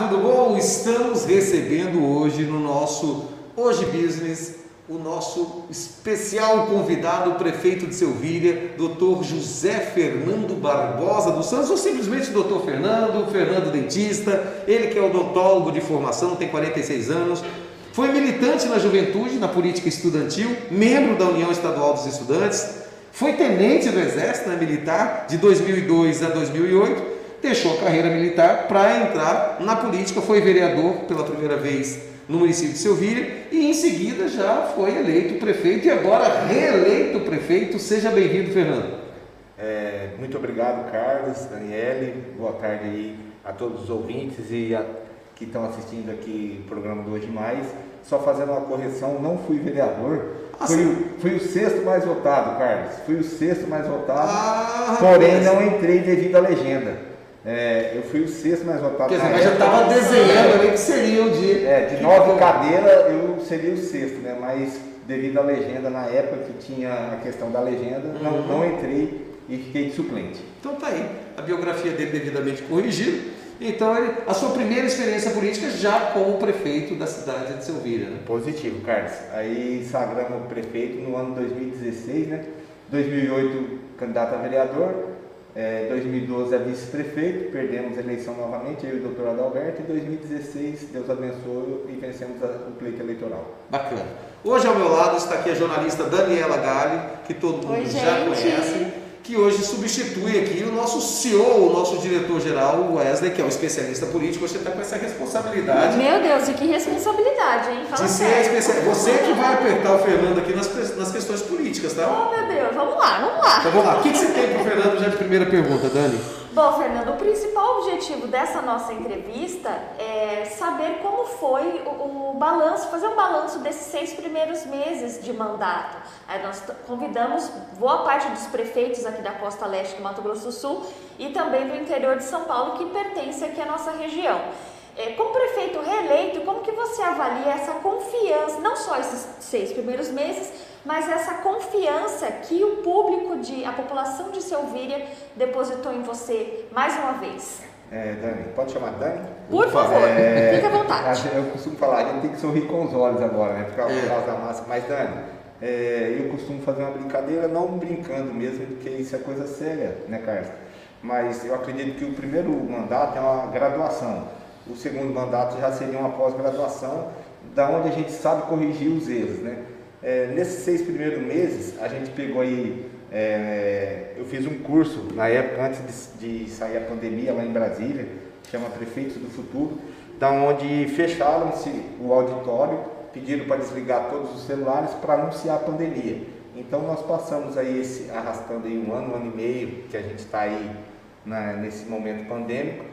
tudo bom? Estamos recebendo hoje no nosso Hoje Business o nosso especial convidado, o prefeito de Selvíria, Dr. José Fernando Barbosa dos Santos, ou simplesmente Dr. Fernando dentista, ele que é odontólogo de formação, tem 46 anos, foi militante na juventude, na política estudantil, membro da União Estadual dos Estudantes, foi tenente do Exército, militar, de 2002 a 2008, deixou a carreira militar para entrar na política, foi vereador pela primeira vez no município de Selvíria e em seguida já foi eleito prefeito e agora reeleito prefeito. Seja bem-vindo, Fernando. Muito obrigado, Carlos, Daniele, boa tarde aí a todos os ouvintes que estão assistindo aqui o programa do Hoje Mais. Só fazendo uma correção, não fui vereador, fui o sexto mais votado, Carlos, fui o sexto mais votado, porém não entrei devido à legenda. Eu fui o sexto mais votado. Quer dizer, mas já estava desenhando ali que seria o dia. De 9 cadeiras eu seria o sexto, né? Mas devido à legenda, na época que tinha a questão da legenda, não entrei e fiquei de suplente. Então tá aí, a biografia dele devidamente corrigida. Então a sua primeira experiência política já como prefeito da cidade de Selvíria, né? Positivo, Carlos. Aí sagramos prefeito no ano 2016, né? 2008 candidato a vereador. 2012 é vice-prefeito, perdemos a eleição novamente, eu e o doutor Adalberto, e 2016, Deus abençoe, e vencemos o pleito eleitoral. Bacana. Hoje ao meu lado está aqui a jornalista Daniela Galli, que todo mundo já conhece, que hoje substitui aqui o nosso CEO, o nosso diretor-geral, o Wesley, que é um especialista político. Você está com essa responsabilidade. Meu Deus, e que responsabilidade, hein? Fala sério. Você que vai apertar o Fernando aqui nas questões políticas, tá? Oh, meu Deus, vamos lá. Então vamos lá. O que você tem para o Fernando já de primeira pergunta, Dani? Bom, Fernando, o principal objetivo dessa nossa entrevista é saber como foi o balanço, fazer um balanço desses 6 primeiros meses de mandato. Aí nós convidamos boa parte dos prefeitos aqui da costa leste do Mato Grosso do Sul e também do interior de São Paulo, que pertence aqui à nossa região. Como prefeito reeleito, como que você avalia essa confiança, não só esses 6 primeiros meses, mas essa confiança que o público, a população de Selvíria depositou em você mais uma vez? Dani, pode chamar Dani? Por favor, fique à vontade. Eu costumo falar, a gente tem que sorrir com os olhos agora, né? Por causa da massa. Mas Dani, eu costumo fazer uma brincadeira, não brincando mesmo, porque isso é coisa séria, né, Carlos? Mas eu acredito que o primeiro mandato é uma graduação. O segundo mandato já seria uma pós-graduação, da onde a gente sabe corrigir os erros, né? Nesses 6 primeiros meses, a gente pegou aí, eu fiz um curso, na época, antes de sair a pandemia, lá em Brasília, chama Prefeitos do Futuro, da onde fecharam-se o auditório, pediram para desligar todos os celulares para anunciar a pandemia. Então nós passamos aí arrastando aí um ano e meio, que a gente está aí nesse momento pandêmico,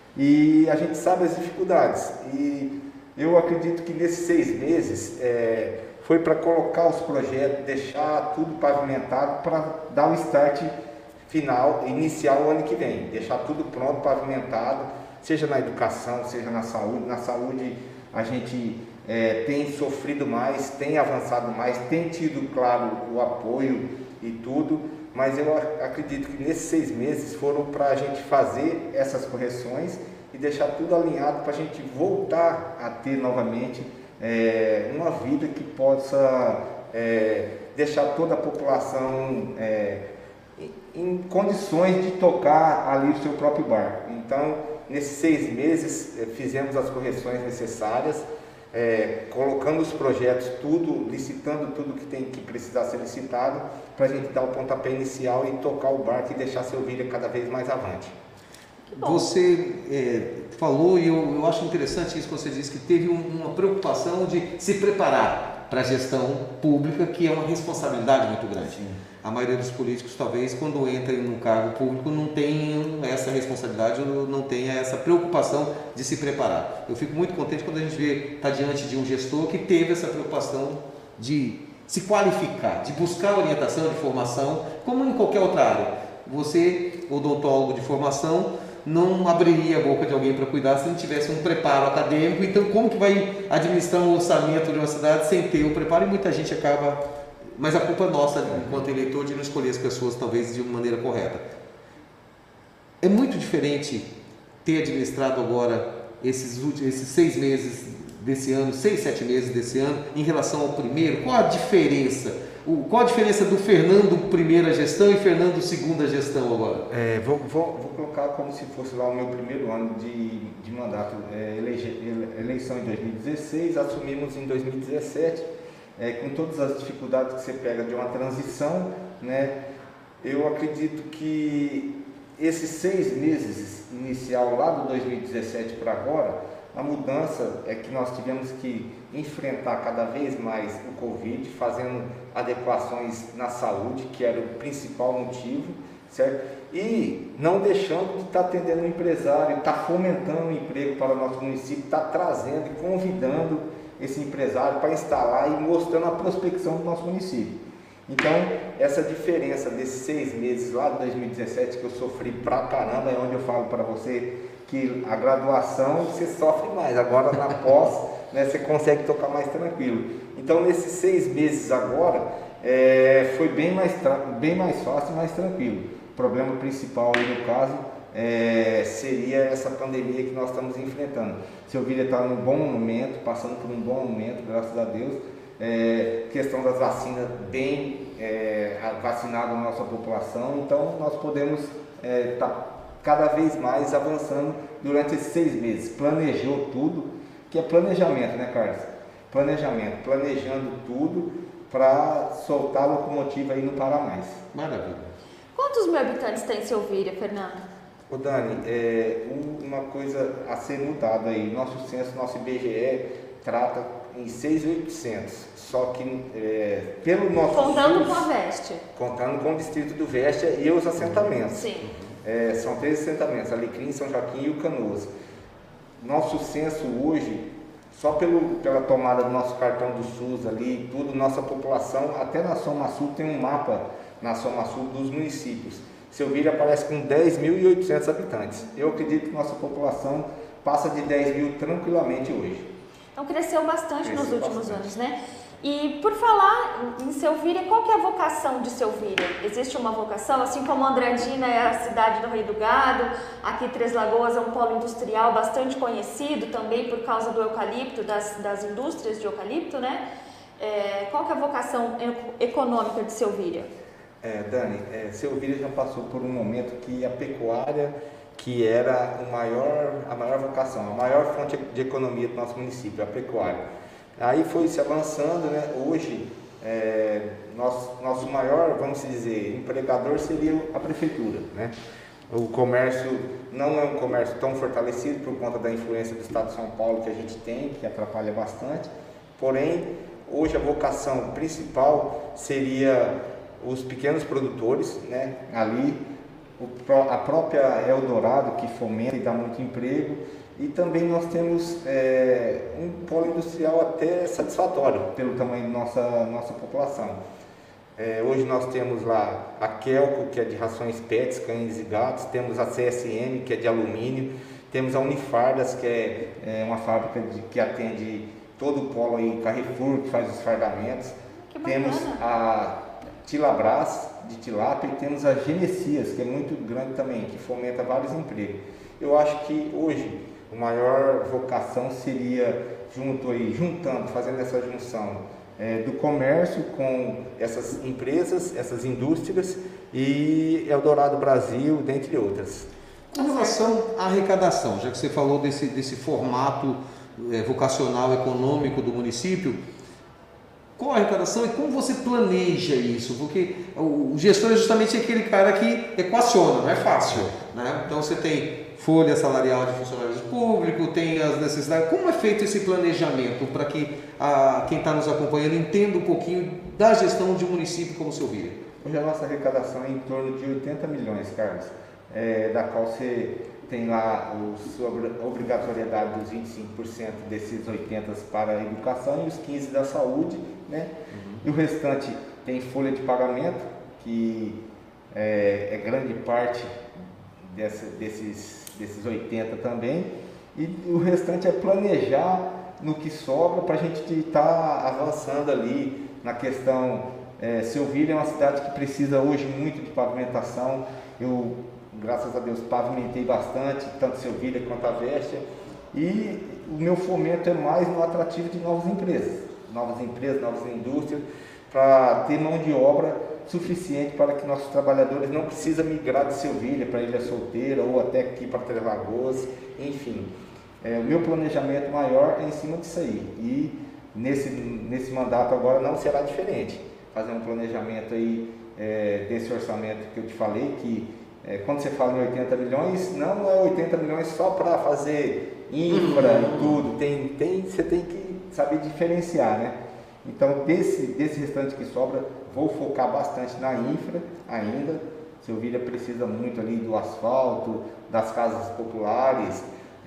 e a gente sabe as dificuldades. E eu acredito que nesses 6 meses foi para colocar os projetos, deixar tudo pavimentado para dar o start final, iniciar o ano que vem, deixar tudo pronto, pavimentado, seja na educação, seja na saúde. Na saúde a gente tem sofrido mais, tem avançado mais, tem tido, claro, o apoio e tudo, mas eu acredito que nesses 6 meses foram para a gente fazer essas correções e deixar tudo alinhado para a gente voltar a ter novamente uma vida que possa deixar toda a população em condições de tocar ali o seu próprio barco. Então, nesses 6 meses, fizemos as correções necessárias, colocando os projetos, licitando tudo que precisar ser licitado, para a gente dar o pontapé inicial e tocar o barco e deixar Selvíria cada vez mais avante. Você falou, e eu acho interessante isso que você disse, que teve uma preocupação de se preparar para a gestão pública, que é uma responsabilidade muito grande. Sim. A maioria dos políticos, talvez, quando entra em um cargo público, não tenham essa responsabilidade, ou não tenha essa preocupação de se preparar. Eu fico muito contente quando a gente está diante de um gestor que teve essa preocupação de se qualificar, de buscar orientação, de formação, como em qualquer outra área. Você, odontólogo de formação, não abriria a boca de alguém para cuidar se não tivesse um preparo acadêmico. Então, como que vai administrar um orçamento de uma cidade sem ter o preparo? E muita gente acaba... Mas a culpa é nossa, enquanto eleitor, de não escolher as pessoas, talvez, de uma maneira correta. É muito diferente ter administrado agora esses 6 meses desse ano, 6, 7 meses desse ano, em relação ao primeiro? Qual a diferença? Qual a diferença do Fernando primeira gestão e Fernando segunda gestão agora? Vou colocar como se fosse lá o meu primeiro ano de mandato. Eleição em 2016, assumimos em 2017, com todas as dificuldades que você pega de uma transição, né? Eu acredito que esses 6 meses inicial lá do 2017 para agora, a mudança é que nós tivemos que enfrentar cada vez mais o Covid, fazendo adequações na saúde, que era o principal motivo, certo? E não deixando de estar atendendo o empresário, estar fomentando o emprego para o nosso município, estar trazendo e convidando esse empresário para instalar e mostrando a prospecção do nosso município. Então, essa diferença desses 6 meses lá de 2017 que eu sofri pra caramba, é onde eu falo para você que a graduação você sofre mais, agora na pós, né, você consegue tocar mais tranquilo. Então, nesses 6 meses agora, foi bem mais fácil e mais tranquilo. O problema principal aí no caso seria essa pandemia que nós estamos enfrentando. Silvíria está num bom momento, passando por um bom momento, graças a Deus. Questão das vacinas, bem vacinada a nossa população, então nós podemos estar cada vez mais avançando durante esses 6 meses. Planejou tudo, que é planejamento, né, Carlos? Planejando tudo para soltar a locomotiva e não parar mais. Maravilha. Quantos mil habitantes tem Silvíria, Fernando? Ô Dani, uma coisa a ser mudada aí, nosso censo, nosso IBGE trata em 6.800, só que pelo nosso contando SUS, com a Veste. Contando com o distrito do Veste e os assentamentos. Sim. São 3 assentamentos, Alecrim, São Joaquim e o Canoas. Nosso censo hoje, só pela tomada do nosso cartão do SUS ali, tudo, nossa população, até na Soma Sul tem um mapa na Soma Sul dos municípios. Silvíria aparece com 10.800 habitantes. Eu acredito que nossa população passa de 10 mil tranquilamente hoje. Então cresceu bastante nos últimos anos, né? E por falar em Silvíria, qual que é a vocação de Silvíria? Existe uma vocação, assim como Andradina é a cidade do Rei do Gado, aqui Três Lagoas é um polo industrial bastante conhecido também por causa do eucalipto, das indústrias de eucalipto, né? Qual que é a vocação econômica de Silvíria? Dani, Silvíria já passou por um momento que a pecuária, que era a maior vocação, a maior fonte de economia do nosso município, a pecuária. Aí foi se avançando, né? Hoje, nosso maior, vamos dizer, empregador seria a prefeitura, né? O comércio não é um comércio tão fortalecido por conta da influência do estado de São Paulo que a gente tem, que atrapalha bastante. Porém, hoje a vocação principal seria os pequenos produtores, né? Ali, a própria Eldorado, que fomenta e dá muito emprego. E também nós temos um polo industrial até satisfatório pelo tamanho da nossa população. Hoje nós temos lá a Kelco, que é de rações pets, cães e gatos, temos a CSM, que é de alumínio, temos a Unifardas, que é uma fábrica que atende todo o polo aí, Carrefour, que faz os fardamentos. Que temos a Tilabras, de tilápia, e temos a Genesias, que é muito grande também, que fomenta vários empregos. Eu acho que hoje a maior vocação seria juntando, fazendo essa junção do comércio com essas empresas, essas indústrias e Eldorado Brasil, dentre outras. Com relação à arrecadação, já que você falou desse formato vocacional econômico do município, qual a arrecadação e como você planeja isso? Porque o gestor é justamente aquele cara que equaciona, não é fácil, né? Então você tem folha salarial de funcionários públicos, tem as necessidades. Como é feito esse planejamento para que quem está nos acompanhando entenda um pouquinho da gestão de um município como Silvíria? Hoje a nossa arrecadação é em torno de 80 milhões, Carlos, da qual você tem lá a obrigatoriedade dos 25% desses 80% para a educação e os 15% da saúde, né? E o restante tem folha de pagamento, que é grande parte desses 80% também, e o restante é planejar no que sobra para a gente estar avançando ali na questão. Silvíria é uma cidade que precisa hoje muito de pavimentação. Eu, graças a Deus, pavimentei bastante, tanto Silvíria quanto a Veste, E o meu fomento é mais no atrativo de novas empresas, novas indústrias, para ter mão de obra suficiente para que nossos trabalhadores não precisem migrar de Silvília para Ilha Solteira ou até aqui para Três Lagoas, enfim. O meu planejamento maior é em cima disso aí, e nesse mandato agora não será diferente. Fazer um planejamento aí desse orçamento que eu te falei, que quando você fala em 80 milhões, não é 80 milhões só para fazer infra e tudo, você tem que saber diferenciar, né? Então, desse restante que sobra, vou focar bastante na infra ainda. Silvília precisa muito ali do asfalto, das casas populares,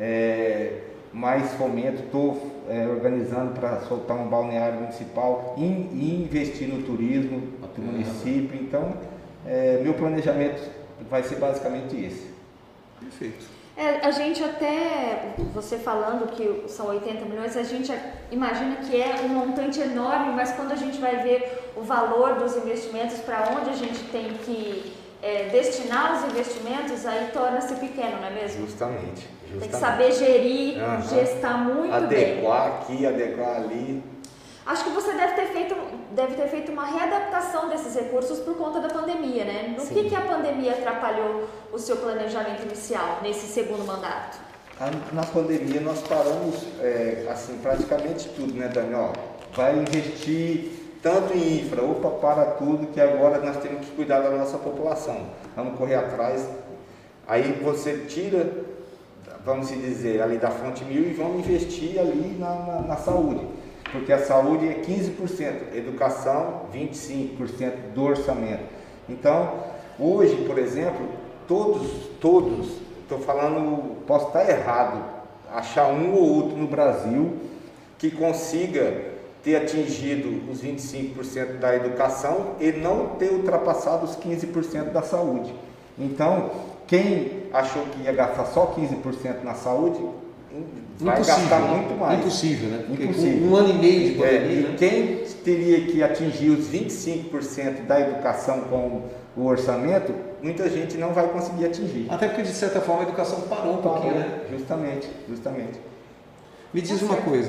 mais fomento. Estou organizando para soltar um balneário municipal e investir no turismo do município. Então, meu planejamento vai ser basicamente esse. Perfeito. A gente até, você falando que são 80 milhões, a gente imagina que é um montante enorme, mas quando a gente vai ver o valor dos investimentos, para onde a gente tem que destinar os investimentos, aí torna-se pequeno, não é mesmo? Justamente. Tem que saber gerir, gestar muito bem. Adequar aqui, adequar ali. Acho que você deve ter feito uma readaptação desses recursos por conta da pandemia, né? No que a pandemia atrapalhou o seu planejamento inicial, nesse segundo mandato? Na pandemia nós paramos assim, praticamente tudo, né, Dani? Vai investir tanto em infra, para tudo, que agora nós temos que cuidar da nossa população. Vamos correr atrás. Aí você tira, vamos dizer, ali da fonte 1000 e vamos investir ali na saúde. Porque a saúde é 15%, educação 25% do orçamento. Então, hoje, por exemplo, todos, estou falando, posso estar errado, achar um ou outro no Brasil que consiga ter atingido os 25% da educação e não ter ultrapassado os 15% da saúde. Então, quem achou que ia gastar só 15% na saúde, vai gastar muito mais. Impossível, né? Porque Impossível. Com 1 ano e meio de pandemia, né? Quem teria que atingir os 25% da educação com o orçamento, muita gente não vai conseguir atingir. Até porque, de certa forma, a educação parou um pouquinho, né? Justamente. Me diz uma coisa,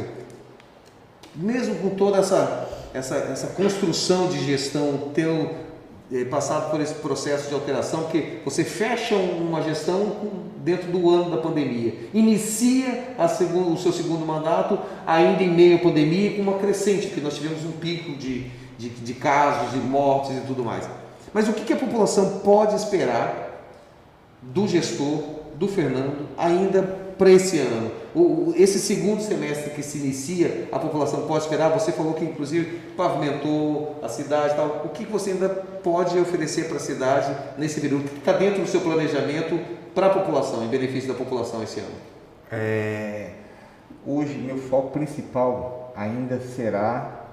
mesmo com toda essa construção de gestão, tendo passado por esse processo de alteração, porque você fecha uma gestão dentro do ano da pandemia, inicia o seu segundo mandato ainda em meio à pandemia, com uma crescente, porque nós tivemos um pico de casos, de mortes e tudo mais. Mas o que a população pode esperar do gestor, do Fernando, ainda para esse ano? Esse segundo semestre que se inicia, a população pode esperar? Você falou que inclusive pavimentou a cidade e tal. O que você ainda pode oferecer para a cidade nesse período? O que está dentro do seu planejamento para a população, em benefício da população esse ano? Hoje, meu foco principal ainda será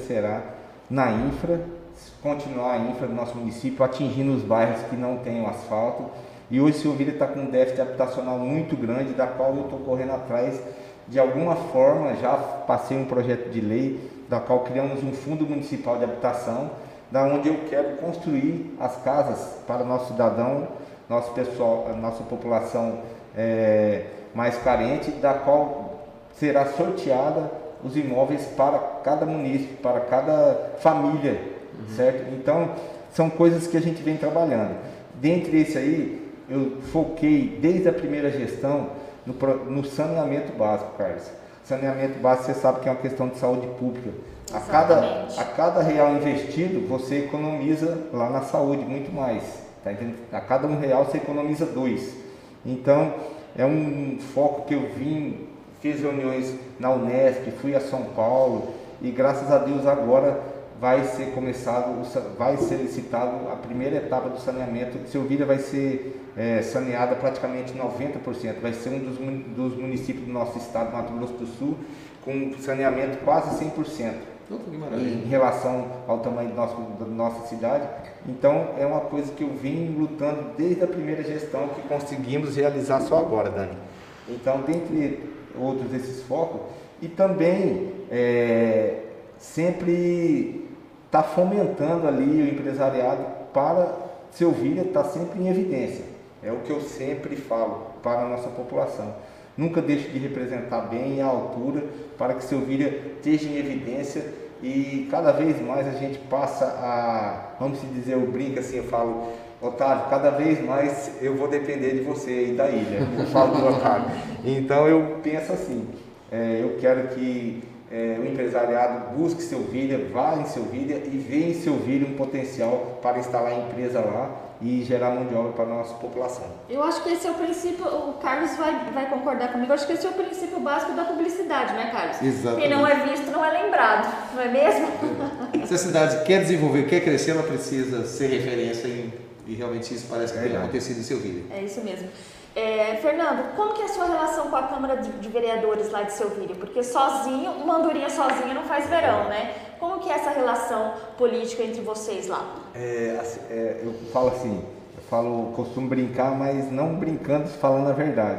na infra, continuar a infra do nosso município, atingindo os bairros que não têm o asfalto. E hoje Silvília está com um déficit habitacional muito grande, da qual eu estou correndo atrás. De alguma forma, já passei um projeto de lei, da qual criamos um fundo municipal de habitação, da onde eu quero construir as casas para o nosso cidadão, nosso pessoal, a nossa população mais carente, da qual será sorteada os imóveis para cada município, para cada família, certo? Então, são coisas que a gente vem trabalhando. Dentre esse aí, eu foquei desde a primeira gestão no saneamento básico, Carlos. Saneamento básico, você sabe que é uma questão de saúde pública. A cada real investido, você economiza lá na saúde muito mais. Tá entendendo? A cada R$1 você economiza 2. Então, é um foco que eu fiz reuniões na Unesp, fui a São Paulo e graças a Deus agora vai ser licitado a primeira etapa do saneamento. Silvília vai ser saneada praticamente 90%, vai ser um dos municípios do nosso estado, Mato Grosso do Sul, com saneamento quase 100%. Em relação ao tamanho da nossa cidade. Então é uma coisa que eu vim lutando desde a primeira gestão, que conseguimos realizar só agora, Dani. Então, dentre outros esses focos, e também sempre está fomentando ali o empresariado para Silvília estar sempre em evidência. É o que eu sempre falo para a nossa população. nunca deixe de representar bem e à altura para que Silvíria esteja em evidência e cada vez mais a gente passa a, vamos dizer, eu brinco assim, eu falo, Otávio, cada vez mais eu vou depender de você e da ilha, eu falo do Otávio. Então eu penso assim, eu quero que o empresariado busque Silvíria, vá em Silvíria e vê em Silvíria um potencial para instalar a empresa lá e gerar mão de obra para a nossa população. Eu acho que esse é o princípio, o Carlos vai concordar comigo, eu acho que esse é o princípio básico da publicidade, né, Carlos? Exatamente. Quem não é visto não é lembrado, não é mesmo? Se a cidade quer desenvolver, quer crescer, ela precisa ser referência e realmente isso parece que tem acontecido em Silvíria. É isso mesmo. Fernando, como que é a sua relação com a Câmara de Vereadores lá de Silvíria? Porque sozinho, uma andorinha sozinha não faz verão, né? Como que é essa relação política entre vocês lá? Eu falo assim, costumo brincar, mas não brincando, falando a verdade.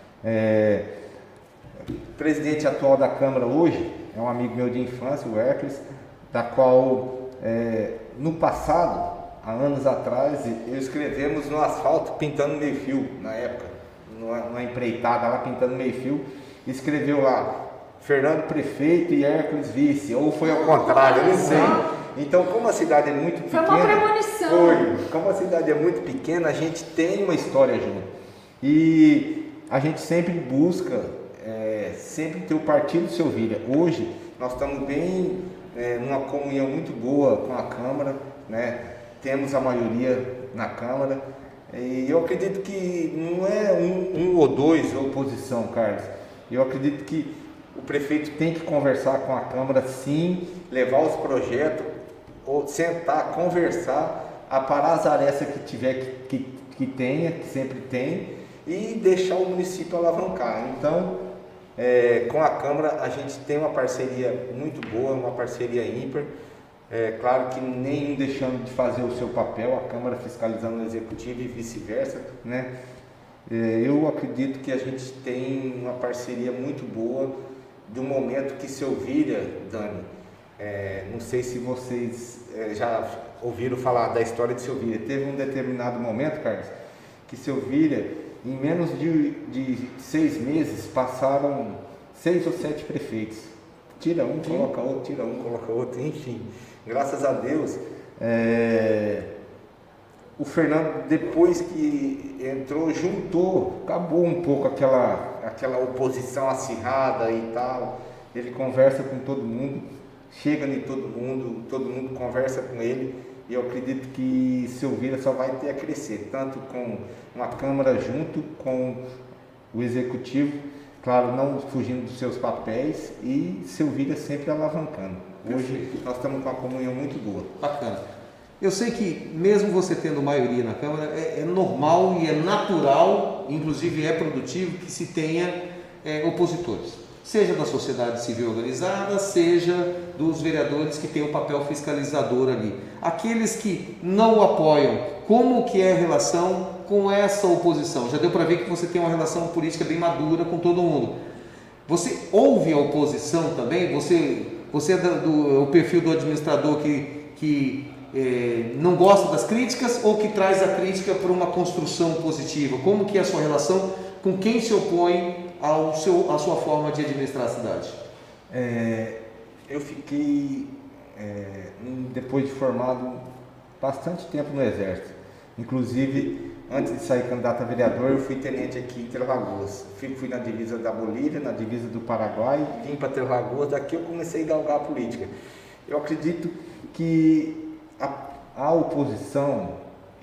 O presidente atual da Câmara hoje é um amigo meu de infância, o Hércules, da qual no passado, há anos atrás, eu escrevemos no asfalto pintando meio fio, na época, numa empreitada lá pintando meio fio, escreveu lá, Fernando prefeito e Hércules vice, ou foi ao contrário, eu não sei. Então, como a cidade é muito pequena... Foi uma premonição. Como a cidade é muito pequena, a gente tem uma história junto. E a gente sempre busca, sempre ter o partido Silvíria. Hoje, nós estamos bem, numa comunhão muito boa com a Câmara, né? Temos a maioria na Câmara. E eu acredito que não é um ou dois oposição, Carlos. Eu acredito que o prefeito tem que conversar com a Câmara, sim, levar os projetos, ou sentar, conversar, aparar as arestas que tiver que tenha, que sempre tem, e deixar o município alavancar. Então, com a Câmara a gente tem uma parceria muito boa, uma parceria ímpar. Claro que nenhum deixando de fazer o seu papel, a Câmara fiscalizando o Executivo e vice-versa, né? Eu acredito que a gente tem uma parceria muito boa de um momento que Silvíria, Dani, não sei se vocês já ouviram falar da história de Silvíria. Teve um determinado momento, Carlos, que Silvíria, em menos de 6 meses, passaram 6 ou 7 prefeitos. Tira um, coloca outro, tira um, coloca outro, enfim. Graças a Deus, o Fernando, depois que entrou, juntou, acabou um pouco aquela oposição acirrada e tal. Ele conversa com todo mundo, chega em todo mundo conversa com ele. E eu acredito que Silvíria só vai ter a crescer, tanto com uma Câmara junto com o Executivo, claro, não fugindo dos seus papéis, e Silvíria sempre alavancando. Hoje nós estamos com uma comunhão muito boa. Bacana. Eu sei que mesmo você tendo maioria na Câmara, é normal e é natural, inclusive é produtivo, que se tenha opositores. Seja da sociedade civil organizada, seja dos vereadores que têm o papel fiscalizador ali. Aqueles que não o apoiam, como que é a relação com essa oposição? Já deu para ver que você tem uma relação política bem madura com todo mundo. Você ouve a oposição também? Você é o perfil do administrador que não gosta das críticas ou que traz a crítica para uma construção positiva? Como que é a sua relação com quem se opõe à sua forma de administrar a cidade? Eu fiquei, depois de formado, bastante tempo no Exército. Inclusive, antes de sair candidato a vereador, eu fui tenente aqui em Três Lagoas. Fui na divisa da Bolívia, na divisa do Paraguai, vim para Três Lagoas, daqui eu comecei a galgar a política. Eu acredito que a oposição,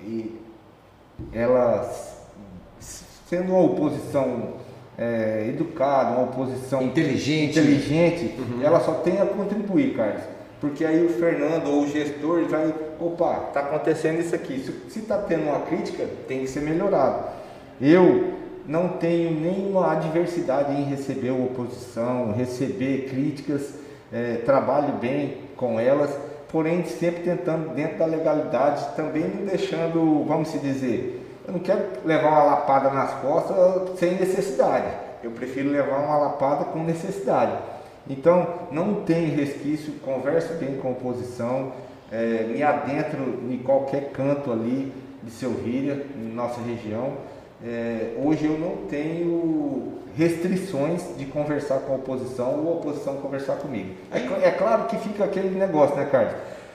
ela sendo uma oposição educada, uma oposição inteligente, ela só tem a contribuir, Carlos. Porque aí o Fernando ou o gestor vai, opa, está acontecendo isso aqui. Se está tendo uma crítica, tem que ser melhorado. Eu não tenho nenhuma adversidade em receber oposição, receber críticas, trabalho bem com elas, porém sempre tentando dentro da legalidade, também não deixando, vamos se dizer, eu não quero levar uma lapada nas costas sem necessidade. Eu prefiro levar uma lapada com necessidade. Então, não tem resquício, converso bem com a oposição, me adentro em qualquer canto ali de Silvíria, em nossa região, hoje eu não tenho restrições de conversar com a oposição ou a oposição conversar comigo. É claro que fica aquele negócio, né, Carlos?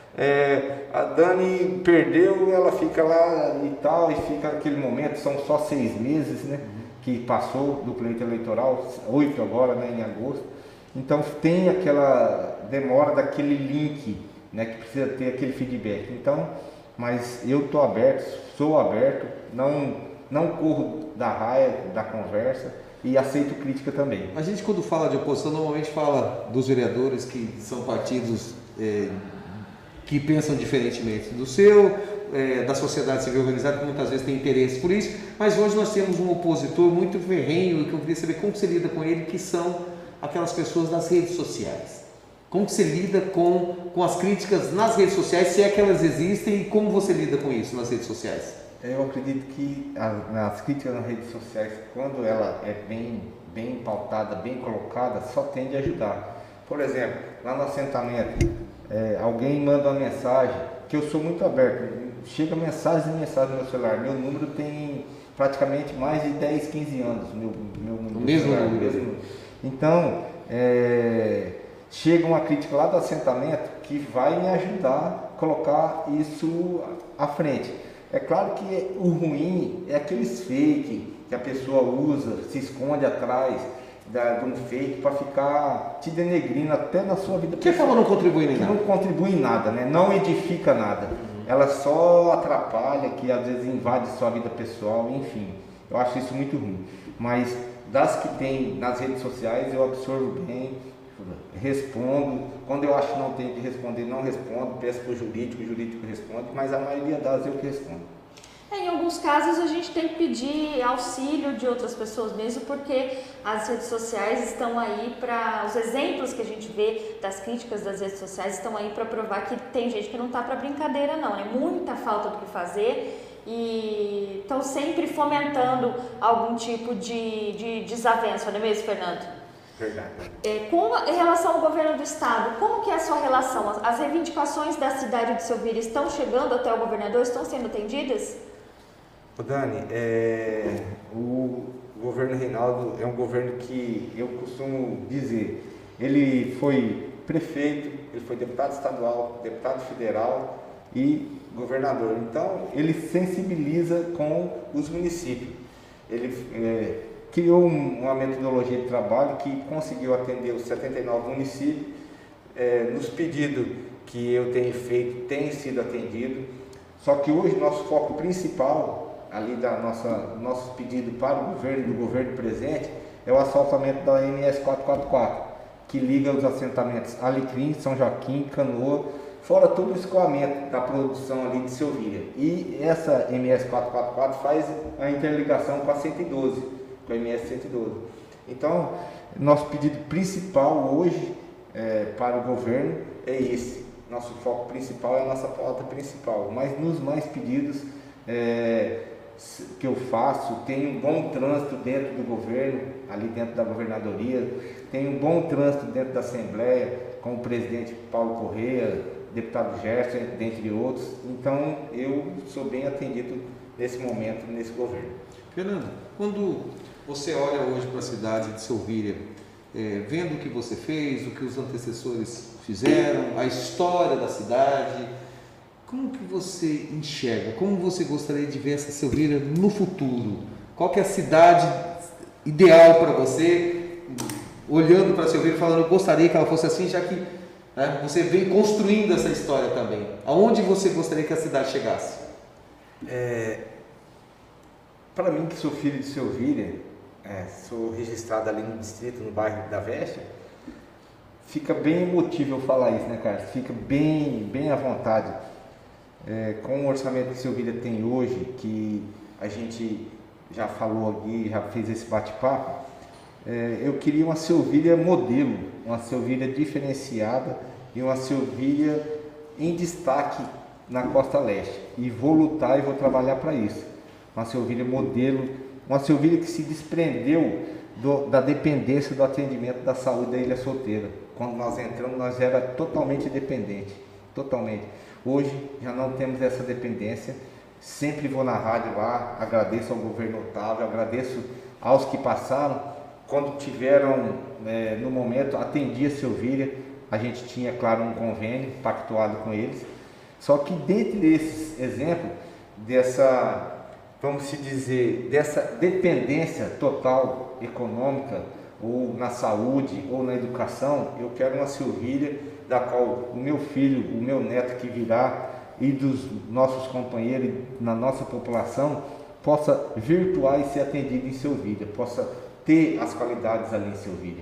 A Dani perdeu, ela fica lá e tal, e fica aquele momento, são só 6 meses, né, que passou do pleito eleitoral, 8 agora, né, em agosto. Então tem aquela demora daquele link, né, que precisa ter aquele feedback. Então, mas eu estou aberto, sou aberto, não corro da raia, da conversa e aceito crítica também. A gente, quando fala de oposição, normalmente fala dos vereadores que são partidos que pensam diferentemente do seu, da sociedade civil organizada, que muitas vezes tem interesse por isso, mas hoje nós temos um opositor muito ferrenho e que eu queria saber como você lida com ele, que são aquelas pessoas das redes sociais. Como você lida com as críticas nas redes sociais, se é que elas existem, e como você lida com isso nas redes sociais? Eu acredito que as críticas nas redes sociais, quando ela é bem pautada, bem colocada, só tende a ajudar. Por exemplo, lá no assentamento, alguém manda uma mensagem, que eu sou muito aberto, chega mensagem no meu celular, meu número tem praticamente mais de 10, 15 anos, meu número. O mesmo número. Então, chega uma crítica lá do assentamento que vai me ajudar a colocar isso à frente. É claro que o ruim é aqueles fake que a pessoa usa, se esconde atrás de um fake para ficar te denegrindo até na sua vida pessoal. Que forma não contribui nem nada? Não contribui em nada, né? Não edifica nada. Ela só atrapalha, que às vezes invade sua vida pessoal, enfim. Eu acho isso muito ruim. Mas das que tem nas redes sociais eu absorvo bem, respondo. Quando eu acho que não tenho que responder, não respondo, peço para o jurídico responde, mas a maioria das eu que respondo. Em alguns casos a gente tem que pedir auxílio de outras pessoas mesmo, porque as redes sociais estão aí para... Os exemplos que a gente vê das críticas das redes sociais estão aí para provar que tem gente que não está para brincadeira não, é muita falta do que fazer e estão sempre fomentando algum tipo de desavença, não é mesmo, Fernando? Verdade. Em relação ao governo do estado, como que é a sua relação? As reivindicações da cidade de Silvíria estão chegando até o governador, estão sendo atendidas? Dani, o governo Reinaldo é um governo que eu costumo dizer, ele foi prefeito, ele foi deputado estadual, deputado federal e governador. Então, ele sensibiliza com os municípios. Ele criou uma metodologia de trabalho que conseguiu atender os 79 municípios. Nos pedidos que eu tenho feito, tem sido atendido. Só que hoje nosso foco principal, ali nosso pedido para o governo, do governo presente, é o asfaltamento da MS 444, que liga os assentamentos Alecrim, São Joaquim, Canoa, fora todo o escoamento da produção ali de Silvíria. E essa MS 444 faz a interligação com a 112, com a MS 112. Então, nosso pedido principal hoje para o governo é esse. Nosso foco principal é a nossa pauta principal. Mas nos mais pedidos que eu faço, tem um bom trânsito dentro do governo, ali dentro da governadoria, tem um bom trânsito dentro da Assembleia, com o presidente Paulo Correia, deputado Gerson, dentre outros. Então, eu sou bem atendido nesse momento, nesse governo. Fernando, quando você olha hoje para a cidade de Silvíria, vendo o que você fez, o que os antecessores fizeram, a história da cidade, como que você enxerga? Como você gostaria de ver essa Silvíria no futuro? Qual que é a cidade ideal para você, olhando para a Silvíria e falando, eu gostaria que ela fosse assim, já que você vem construindo essa história também. Aonde você gostaria que a cidade chegasse? Para mim, que sou filho de Silvíria, sou registrado ali no distrito, no bairro da Veste, fica bem emotivo eu falar isso, né, Carlos? Fica bem à vontade. Com o orçamento que Silvíria tem hoje, que a gente já falou aqui, já fez esse bate-papo, eu queria uma Silvíria modelo, uma Silvíria diferenciada e uma Silvíria em destaque na Costa Leste. E vou lutar e vou trabalhar para isso. Uma Silvíria modelo, uma Silvíria que se desprendeu da dependência do atendimento da saúde da Ilha Solteira. Quando nós entramos, nós era totalmente dependente, totalmente. Hoje já não temos essa dependência. sempre vou na rádio lá, agradeço ao governo Otávio, agradeço aos que passaram, quando tiveram, no momento, atendia Silvíria, a gente tinha, claro, um convênio pactuado com eles, só que dentre esses exemplos, vamos se dizer, dessa dependência total econômica, ou na saúde, ou na educação, eu quero uma Silvíria da qual o meu filho, o meu neto que virá, e dos nossos companheiros, na nossa população, possa virtuar e ser atendido em Silvíria, possa ter as qualidades ali em Silvíria.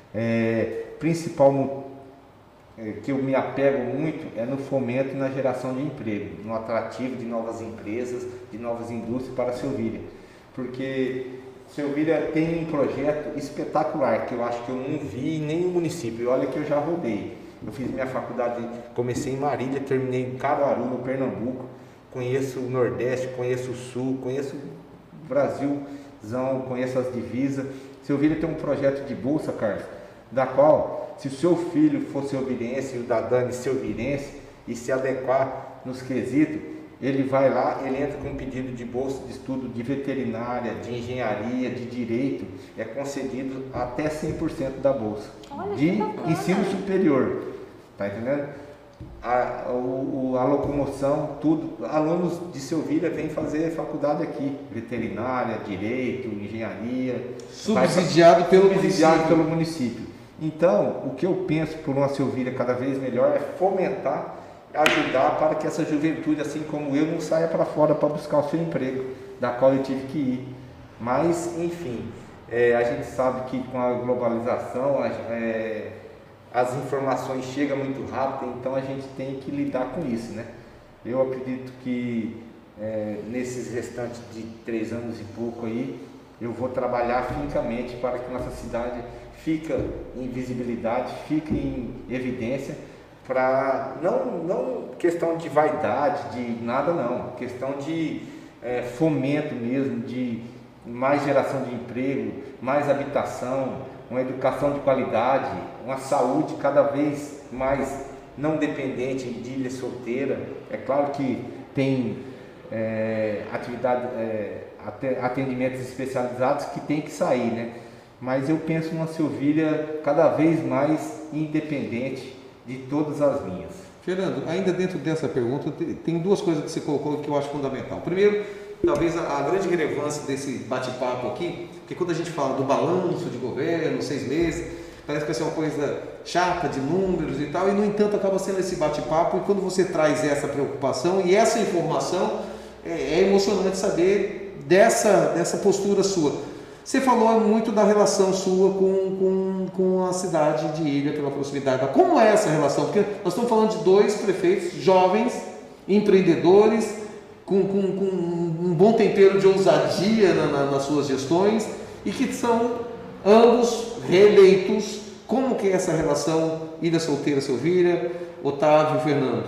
Principal que eu me apego muito é no fomento e na geração de emprego, no atrativo de novas empresas, de novas indústrias para Silvíria, porque Silvíria tem um projeto espetacular que eu acho que eu não vi em nenhum município, e olha que eu já rodei. Eu fiz minha faculdade, comecei em Marília, terminei em Caruaru, no Pernambuco, conheço o Nordeste, conheço o Sul, conheço o Brasilzão, conheço as divisas. Silvíria tem um projeto de bolsa, Carlos, da qual, se o seu filho for silvirense e o da Dani silvirense e se adequar nos quesitos, ele vai lá, ele entra com um pedido de bolsa de estudo de veterinária, de engenharia, de direito, é concedido até 100% da bolsa. Olha, de ensino superior, tá entendendo? A locomoção, tudo, alunos de Silvíria vêm fazer faculdade aqui, veterinária, direito, engenharia, subsidiado pelo município. Então, o que eu penso por uma Silvíria cada vez melhor é fomentar, ajudar para que essa juventude, assim como eu, não saia para fora para buscar o seu emprego, da qual eu tive que ir. Mas, enfim, a gente sabe que com a globalização as informações chegam muito rápido, então a gente tem que lidar com isso, né? Eu acredito que nesses restantes de 3 anos e pouco aí, eu vou trabalhar afincamente para que nossa cidade fique em visibilidade, fique em evidência, para não questão de vaidade, de nada não, questão de fomento mesmo, de mais geração de emprego, mais habitação, uma educação de qualidade, uma saúde cada vez mais não dependente de Ilha Solteira. É claro que tem atendimentos especializados que tem que sair, né? Mas eu penso numa Silvíria cada vez mais independente de todas as linhas. Fernando, ainda dentro dessa pergunta, tem 2 coisas que você colocou que eu acho fundamental. Primeiro, talvez a grande relevância desse bate-papo aqui, porque quando a gente fala do balanço de governo, 6 meses, parece que vai ser uma coisa chata de números e tal, e no entanto acaba sendo esse bate-papo, e quando você traz essa preocupação e essa informação, é emocionante saber dessa postura sua. Você falou muito da relação sua com a cidade de Ilha, pela proximidade. Como é essa relação? Porque nós estamos falando de 2 prefeitos jovens, empreendedores, com um bom tempero de ousadia nas suas gestões, e que são ambos reeleitos. Como que é essa relação Ilha Solteira, Silvíria, Otávio e Fernando?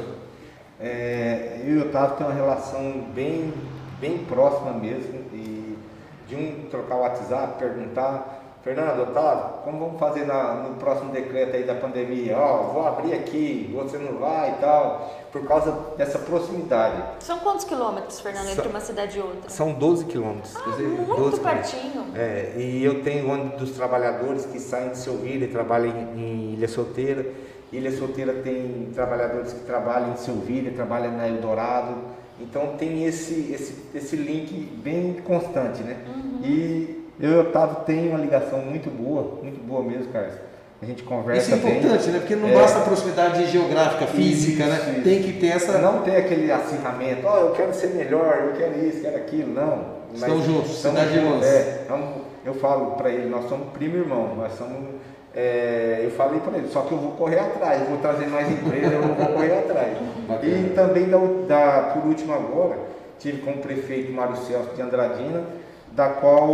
Eu e o Otávio temos uma relação bem próxima mesmo, e de um trocar o WhatsApp, perguntar: Fernando, Otávio, como vamos fazer no próximo decreto aí da pandemia? Vou abrir aqui, você não vai e tal, por causa dessa proximidade. São quantos quilômetros, Fernando, entre uma cidade e outra? São 12 quilômetros. Muito pertinho. E eu tenho o ônibus dos trabalhadores que saem de Silvíria e trabalham em Ilha Solteira. Ilha Solteira tem trabalhadores que trabalham em Silvíria, trabalham na Eldorado. Então tem esse link bem constante, né? Uhum. E eu e o Otávio tem uma ligação muito boa mesmo, Carlos. A gente conversa bem. Isso é importante, né? Porque não basta a proximidade geográfica, física, né? Isso. Tem que ter essa... Não tem aquele acirramento, eu quero ser melhor, eu quero isso, quero aquilo, não. Estão juntos, cidade de irmãos. Eu falo para ele, nós somos primo e irmão, nós somos... eu falei para ele, só que eu vou correr atrás, eu vou trazer mais empresa, eu vou correr atrás. E também, por último agora, tive com o prefeito Mário Celso de Andradina, da qual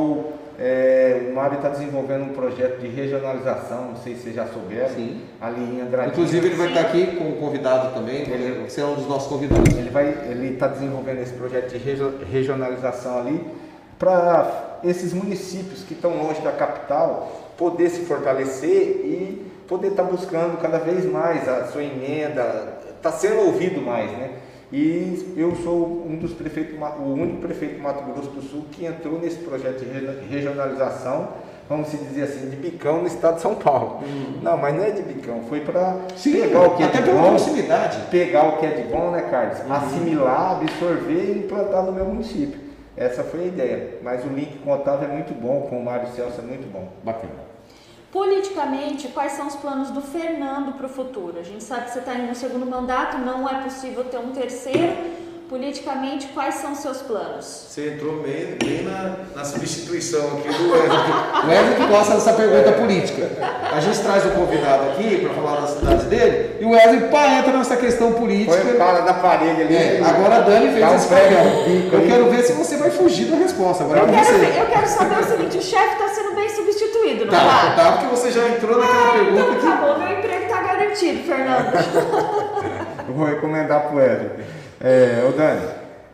o Mário está desenvolvendo um projeto de regionalização, não sei se vocês já souberam, sim, ali em Andradina. Inclusive ele vai estar aqui como convidado também, ele será um dos nossos convidados. Ele está desenvolvendo esse projeto de regionalização ali, para esses municípios que estão longe da capital poder se fortalecer e poder estar buscando cada vez mais a sua emenda, está sendo ouvido mais, né? E eu sou um dos prefeitos, o único prefeito do Mato Grosso do Sul que entrou nesse projeto de regionalização, vamos dizer assim, de bicão no estado de São Paulo. Não, mas não é de bicão, foi para pegar o que é de bom, proximidade. Pegar o que é de bom, né, Carlos? Assimilar, absorver e implantar no meu município. Essa foi a ideia. Mas o link com o Otávio é muito bom, com o Mário Celso é muito bom. Bacana. Politicamente, quais são os planos do Fernando para o futuro? A gente sabe que você está indo no segundo mandato, não é possível ter um terceiro. Politicamente, quais são os seus planos? Você entrou bem na substituição aqui do Wesley. O Wesley que gosta dessa pergunta política. A gente traz o convidado aqui para falar da cidade dele e o Wesley entra nessa questão política. Foi o cara da parede ali. Agora a Dani fez esse papel. Eu quero ver se você vai fugir da resposta. Agora eu quero saber o seguinte, o chefe está sendo bem substituído, não tá? Tá, porque você já entrou naquela pergunta então tá bom, meu emprego está garantido, Fernando. Eu vou recomendar para o Wesley. Ô Dani,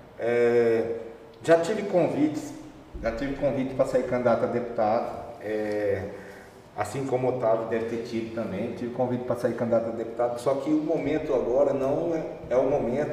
já tive convite para sair candidato a deputado, assim como o Otávio deve ter tido também, tive convite para sair candidato a deputado, só que o momento agora não é o momento.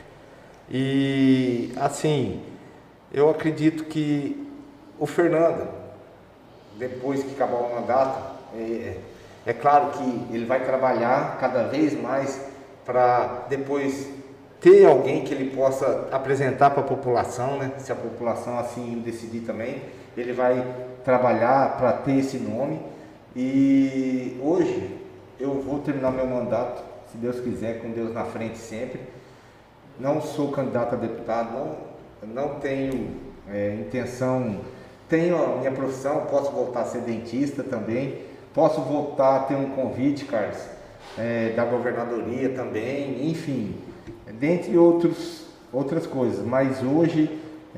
E assim, eu acredito que o Fernando, depois que acabar o mandato, é claro que ele vai trabalhar cada vez mais para depois ter alguém que ele possa apresentar para a população, né? Se a população assim decidir também, ele vai trabalhar para ter esse nome. E hoje eu vou terminar meu mandato, se Deus quiser, com Deus na frente sempre. Não sou candidato a deputado, não tenho intenção, tenho a minha profissão, posso voltar a ser dentista também, posso voltar a ter um convite, Carlos, da governadoria também, enfim, dentre outras coisas. Mas hoje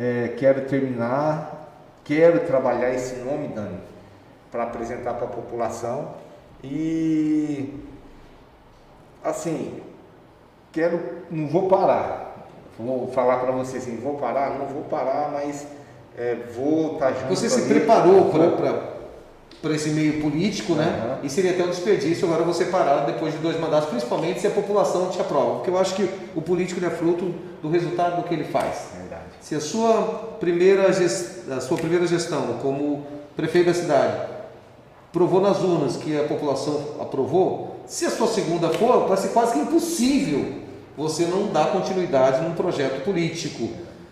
quero trabalhar esse nome, Dani, para apresentar para a população e assim, não vou parar. Vou falar para você assim, não vou parar, mas vou estar junto. Você se preparou para esse meio político, né? E seria até um desperdício agora você parar depois de 2 mandatos, principalmente se a população te aprova. Porque eu acho que o político é fruto do resultado do que ele faz. Verdade. Se a sua primeira gestão como prefeito da cidade provou nas urnas que a população aprovou, se a sua segunda for, vai ser quase que impossível você não dar continuidade num projeto político.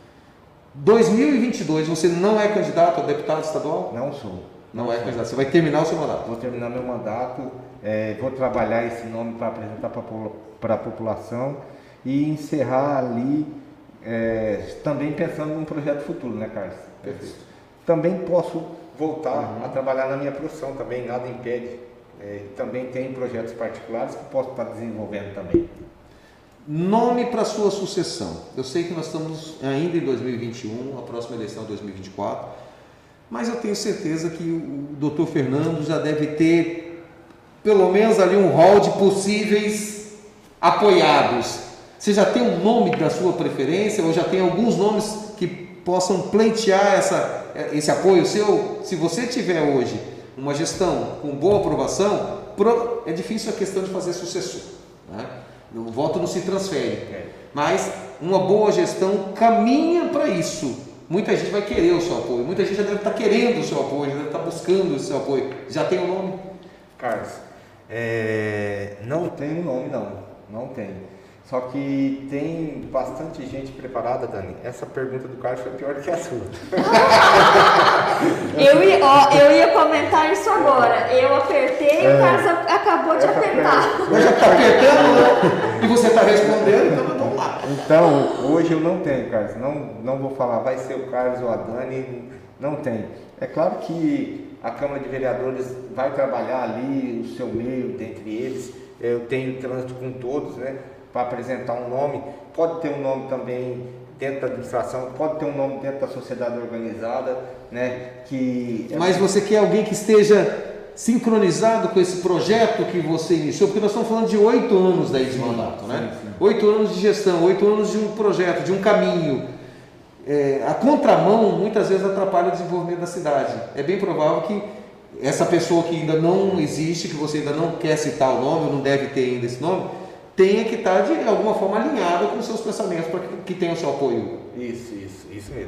2022, você não é candidato a deputado estadual? Não sou. Não é candidato, você vai terminar o seu mandato? Vou terminar meu mandato, vou trabalhar esse nome para apresentar para a população e encerrar ali, também pensando num projeto futuro, né, Carlos? Perfeito. Também posso voltar a trabalhar na minha profissão, também nada impede. Também tem projetos particulares que posso estar desenvolvendo também. Nome para sua sucessão. Eu sei que nós estamos ainda em 2021, a próxima eleição é 2024, mas eu tenho certeza que o doutor Fernando já deve ter pelo menos ali um rol de possíveis apoiados. Você já tem um nome da sua preferência ou já tem alguns nomes que possam pleitear esse apoio seu? Se você tiver hoje uma gestão com boa aprovação, é difícil a questão de fazer sucessor, né? O voto não se transfere, mas uma boa gestão caminha para isso. Muita gente vai querer o seu apoio, muita gente já deve estar querendo o seu apoio, já deve estar buscando o seu apoio. Já tem o nome? Carlos, não tem um nome, não tem. Só que tem bastante gente preparada, Dani. Essa pergunta do Carlos foi pior que a sua. Eu ia comentar isso agora. Eu apertei e o Carlos acabou de apertar. Mas já está apertando, né? E você está respondendo, então vamos lá. Então, hoje eu não tenho, Carlos. Não vou falar, vai ser o Carlos ou a Dani. Não tem. É claro que a Câmara de Vereadores vai trabalhar ali o seu meio, dentre eles. Eu tenho trânsito com todos, né? Para apresentar um nome, pode ter um nome também dentro da administração, pode ter um nome dentro da sociedade organizada, né? Mas você quer alguém que esteja sincronizado com esse projeto que você iniciou? Porque nós estamos falando de 8 anos daí de mandato, né? 8 anos de gestão, 8 anos de um projeto, de um caminho. A contramão muitas vezes atrapalha o desenvolvimento da cidade. É bem provável que essa pessoa que ainda não existe, que você ainda não quer citar o nome, ou não deve ter ainda esse nome, tenha que estar de alguma forma alinhada com os seus pensamentos para que tenha o seu apoio. Isso mesmo.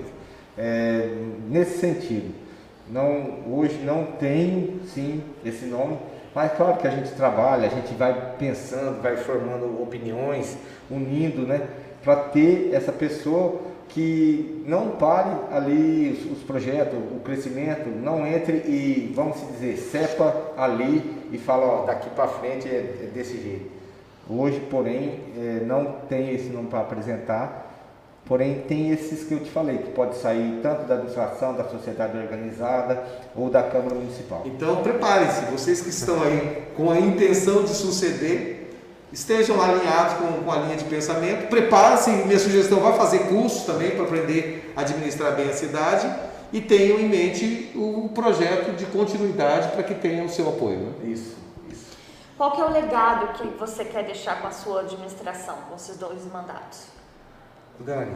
Nesse sentido, hoje não tem, sim, esse nome, mas claro que a gente trabalha, a gente vai pensando, vai formando opiniões, unindo, né, para ter essa pessoa que não pare ali os projetos, o crescimento, não entre e, vamos dizer, cepa ali e fala, ó, daqui para frente é desse jeito. Hoje, porém, não tem esse nome para apresentar, porém tem esses que eu te falei, que pode sair tanto da administração, da sociedade organizada ou da Câmara Municipal. Então preparem-se, vocês que estão aí com a intenção de suceder, estejam alinhados com a linha de pensamento, preparem-se, minha sugestão, vai fazer cursos também para aprender a administrar bem a cidade e tenham em mente o projeto de continuidade para que tenham o seu apoio. Né? Isso. Qual que é o legado que você quer deixar com a sua administração, com esses 2 mandatos? Dani,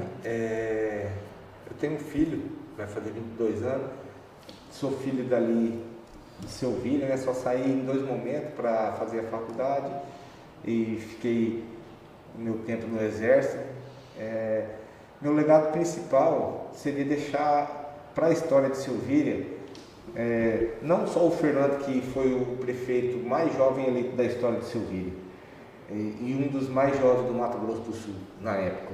eu tenho um filho, vai fazer 22 anos, sou filho dali de Silvíria, né? Só saí em 2 momentos para fazer a faculdade e fiquei meu tempo no Exército. Meu legado principal seria deixar para a história de Silvíria, não só o Fernando, que foi o prefeito mais jovem eleito da história de Silvíria, e um dos mais jovens do Mato Grosso do Sul, na época.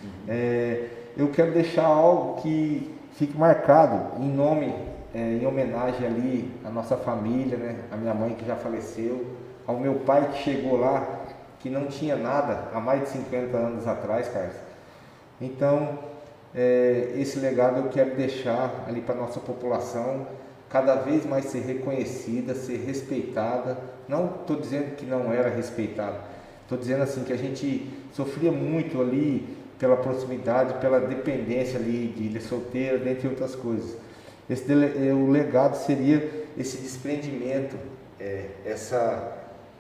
Eu quero deixar algo que fique marcado em homenagem ali à nossa família, né? A minha mãe que já faleceu, ao meu pai que chegou lá, que não tinha nada há mais de 50 anos atrás, Carlos. Então, esse legado eu quero deixar ali para a nossa população, cada vez mais ser reconhecida, ser respeitada. Não estou dizendo que não era respeitada, estou dizendo assim que a gente sofria muito ali pela proximidade, pela dependência ali de Ilha Solteira, dentre outras coisas. O legado seria esse desprendimento, essa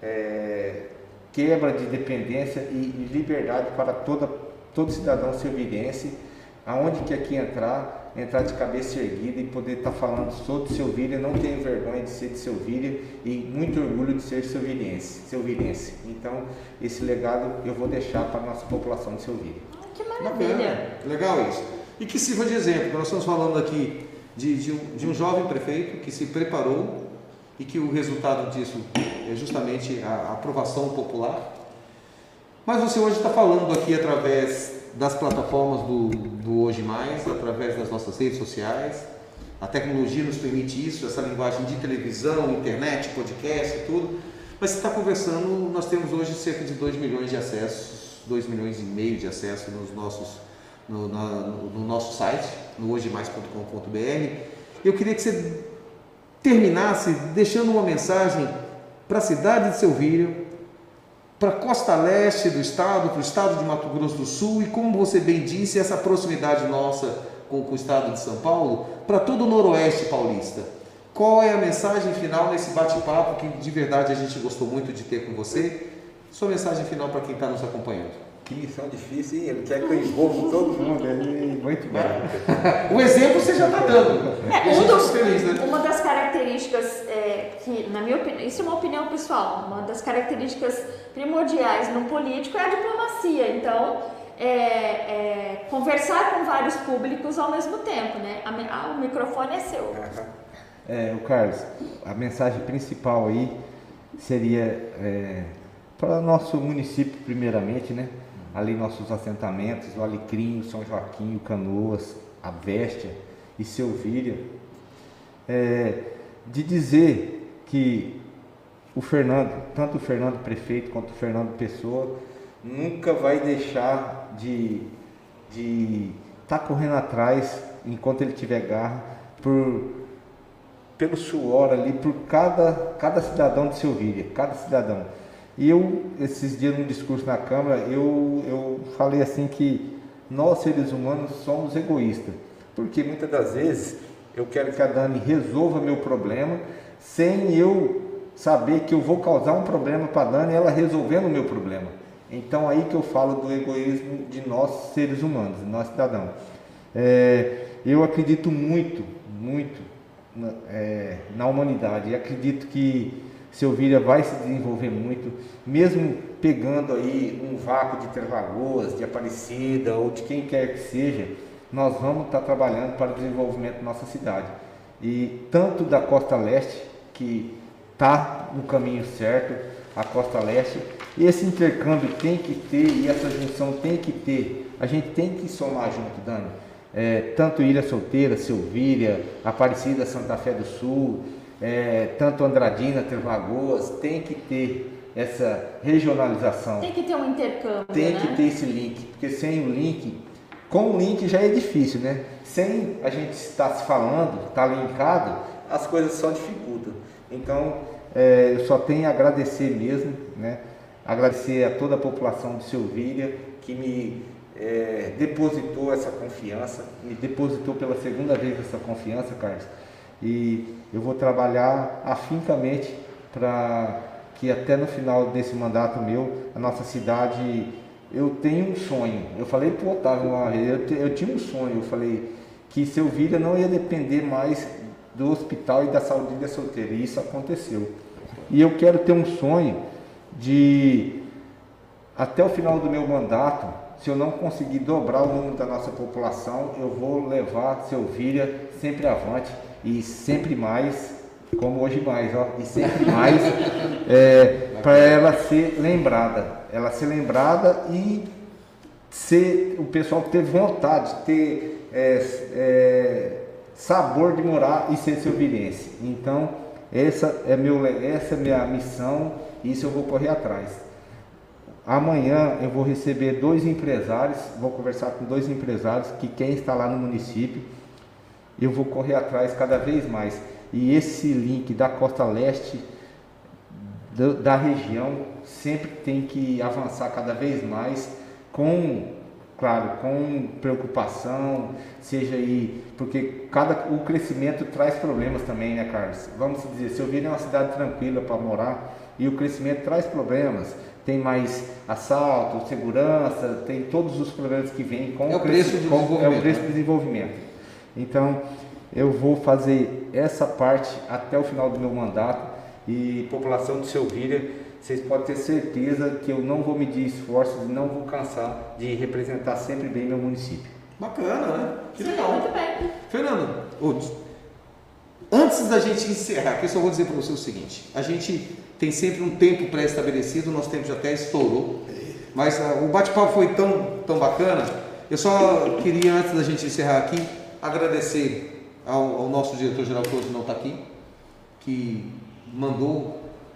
quebra de dependência e liberdade para todo cidadão silvirense, aonde que aqui entrar de cabeça erguida e poder estar falando sou de Silvíria, não tenho vergonha de ser de Silvíria e muito orgulho de ser silvirense. Então, esse legado eu vou deixar para a nossa população de Silvíria. Que maravilha! Legal isso. E que sirva de exemplo, nós estamos falando aqui de um jovem prefeito que se preparou e que o resultado disso é justamente a aprovação popular. Mas você hoje está falando aqui através das plataformas do Hoje Mais, através das nossas redes sociais. A tecnologia nos permite isso, essa linguagem de televisão, internet, podcast e tudo. Mas você está conversando, nós temos hoje cerca de 2 milhões de acessos, 2,5 milhões de acessos no nosso site, no hojemais.com.br. Eu queria que você terminasse deixando uma mensagem para a cidade de Silvíria, para a costa leste do estado, para o estado de Mato Grosso do Sul e, como você bem disse, essa proximidade nossa com o estado de São Paulo, para todo o noroeste paulista. Qual é a mensagem final nesse bate-papo que de verdade a gente gostou muito de ter com você? Sua mensagem final para quem está nos acompanhando. Que missão difícil, hein? Ele quer que eu envolva todo mundo. Muito bem. O exemplo você já está dando. Feliz, né? Uma das características que, na minha opinião, isso é uma opinião pessoal, uma das características primordiais no político é a diplomacia. Então, conversar com vários públicos ao mesmo tempo, né? O microfone é seu. O Carlos, a mensagem principal aí seria para o nosso município, primeiramente, né? Ali nossos assentamentos, o Alecrim, o São Joaquim, o Canoas, a Véstia e Silvíria, de dizer que o Fernando, tanto o Fernando prefeito quanto o Fernando Pessoa, nunca vai deixar de estar correndo atrás, enquanto ele tiver garra, pelo suor ali, por cada cidadão de Silvíria, cada cidadão. E eu, esses dias num discurso na Câmara, eu falei assim que nós, seres humanos, somos egoístas. Porque muitas das vezes eu quero que a Dani resolva meu problema sem eu saber que eu vou causar um problema para a Dani, ela resolvendo o meu problema. Então aí que eu falo do egoísmo de nós, seres humanos, nós cidadãos. Eu acredito muito na humanidade. E acredito que Selvíria vai se desenvolver muito, mesmo pegando aí um vácuo de Três Lagoas, de Aparecida ou de quem quer que seja, nós vamos estar trabalhando para o desenvolvimento da nossa cidade. E tanto da Costa Leste, que está no caminho certo, a Costa Leste, esse intercâmbio tem que ter e essa junção tem que ter, a gente tem que somar junto, Dani. Tanto Ilha Solteira, Selvíria, Aparecida, Santa Fé do Sul, tanto Andradina, Três Lagoas, tem que ter essa regionalização. Tem que ter um intercâmbio, tem que ter esse link, porque sem o link, com o link já é difícil, né? Sem a gente estar se falando, estar linkado, as coisas só dificultam. Então, eu só tenho a agradecer mesmo, né? Agradecer a toda a população de Selvíria que me depositou essa confiança, me depositou pela segunda vez essa confiança, Carlos. E eu vou trabalhar afincamente para que até no final desse mandato meu, a nossa cidade, eu tenho um sonho. Eu falei para o Otávio uma vez, eu tinha um sonho, eu falei que Selvíria não ia depender mais do hospital e da saúde de Ilha Solteira, e isso aconteceu. E eu quero ter um sonho de, até o final do meu mandato, se eu não conseguir dobrar o número da nossa população, eu vou levar Selvíria sempre avante e sempre mais, como hoje mais, ó, e sempre mais, para ela ser lembrada. Ela ser lembrada e ser o pessoal ter vontade, ter sabor de morar e ser selvirense. Então, essa é a minha missão e isso eu vou correr atrás. Amanhã eu vou receber 2 empresários, vou conversar com 2 empresários que querem estar lá no município. Eu vou correr atrás cada vez mais. E esse link da Costa Leste, da região, sempre tem que avançar cada vez mais com, claro, com preocupação, seja aí, porque o crescimento traz problemas também, né, Carlos? Vamos dizer, Selvíria é uma cidade tranquila para morar e o crescimento traz problemas. Tem mais assalto, segurança, tem todos os problemas que vêm com o preço do desenvolvimento. Então, eu vou fazer essa parte até o final do meu mandato e população de Selvíria, vocês podem ter certeza que eu não vou medir esforços e não vou cansar de representar sempre bem meu município. Bacana, né? Que Sim, legal. muito bem. Fernando, antes da gente encerrar, aqui eu só vou dizer para você o seguinte: a gente tem sempre um tempo pré-estabelecido, o nosso tempo já até estourou, mas o bate-papo foi tão bacana. Eu só queria, antes da gente encerrar aqui, agradecer ao nosso diretor-geral, que hoje não está aqui, que mandou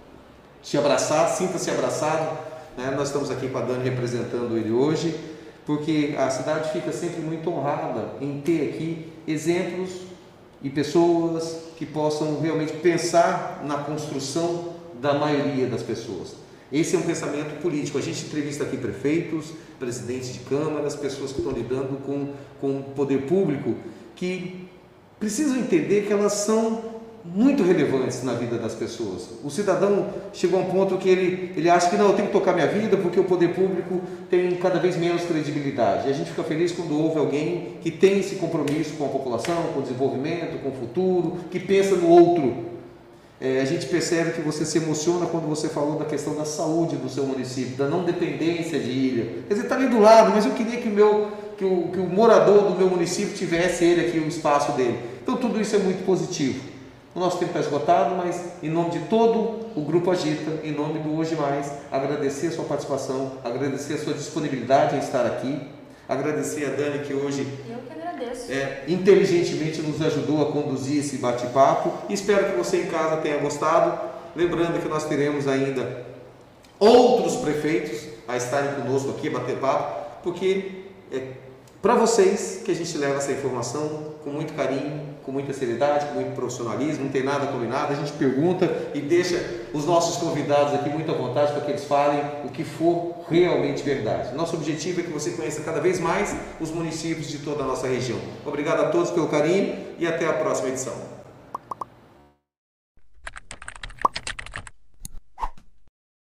te abraçar, sinta-se abraçado, né? Nós estamos aqui com a Dani representando ele hoje, porque a cidade fica sempre muito honrada em ter aqui exemplos e pessoas que possam realmente pensar na construção da maioria das pessoas. Esse é um pensamento político. A gente entrevista aqui prefeitos, presidentes de câmaras, pessoas que estão lidando com o poder público, que precisam entender que elas são muito relevantes na vida das pessoas. O cidadão chegou a um ponto que ele acha que não, eu tenho que tocar minha vida porque o poder público tem cada vez menos credibilidade. E a gente fica feliz quando houve alguém que tem esse compromisso com a população, com o desenvolvimento, com o futuro, que pensa no outro. A gente percebe que você se emociona quando você falou da questão da saúde do seu município, da não dependência de ilha. Quer dizer, está ali do lado, mas eu queria que o morador do meu município tivesse ele aqui, o espaço dele. Então tudo isso é muito positivo. O nosso tempo está esgotado, mas em nome de todo o Grupo Agita, em nome do Hoje Mais, agradecer a sua participação, agradecer a sua disponibilidade em estar aqui, agradecer a Dani que hoje inteligentemente nos ajudou a conduzir esse bate-papo. Espero que você em casa tenha gostado. Lembrando que nós teremos ainda outros prefeitos a estarem conosco aqui, bater papo, porque para vocês que a gente leva essa informação com muito carinho, com muita seriedade, com muito profissionalismo, não tem nada combinado, a gente pergunta e deixa os nossos convidados aqui muito à vontade para que eles falem o que for realmente verdade. Nosso objetivo é que você conheça cada vez mais os municípios de toda a nossa região. Obrigado a todos pelo carinho e até a próxima edição.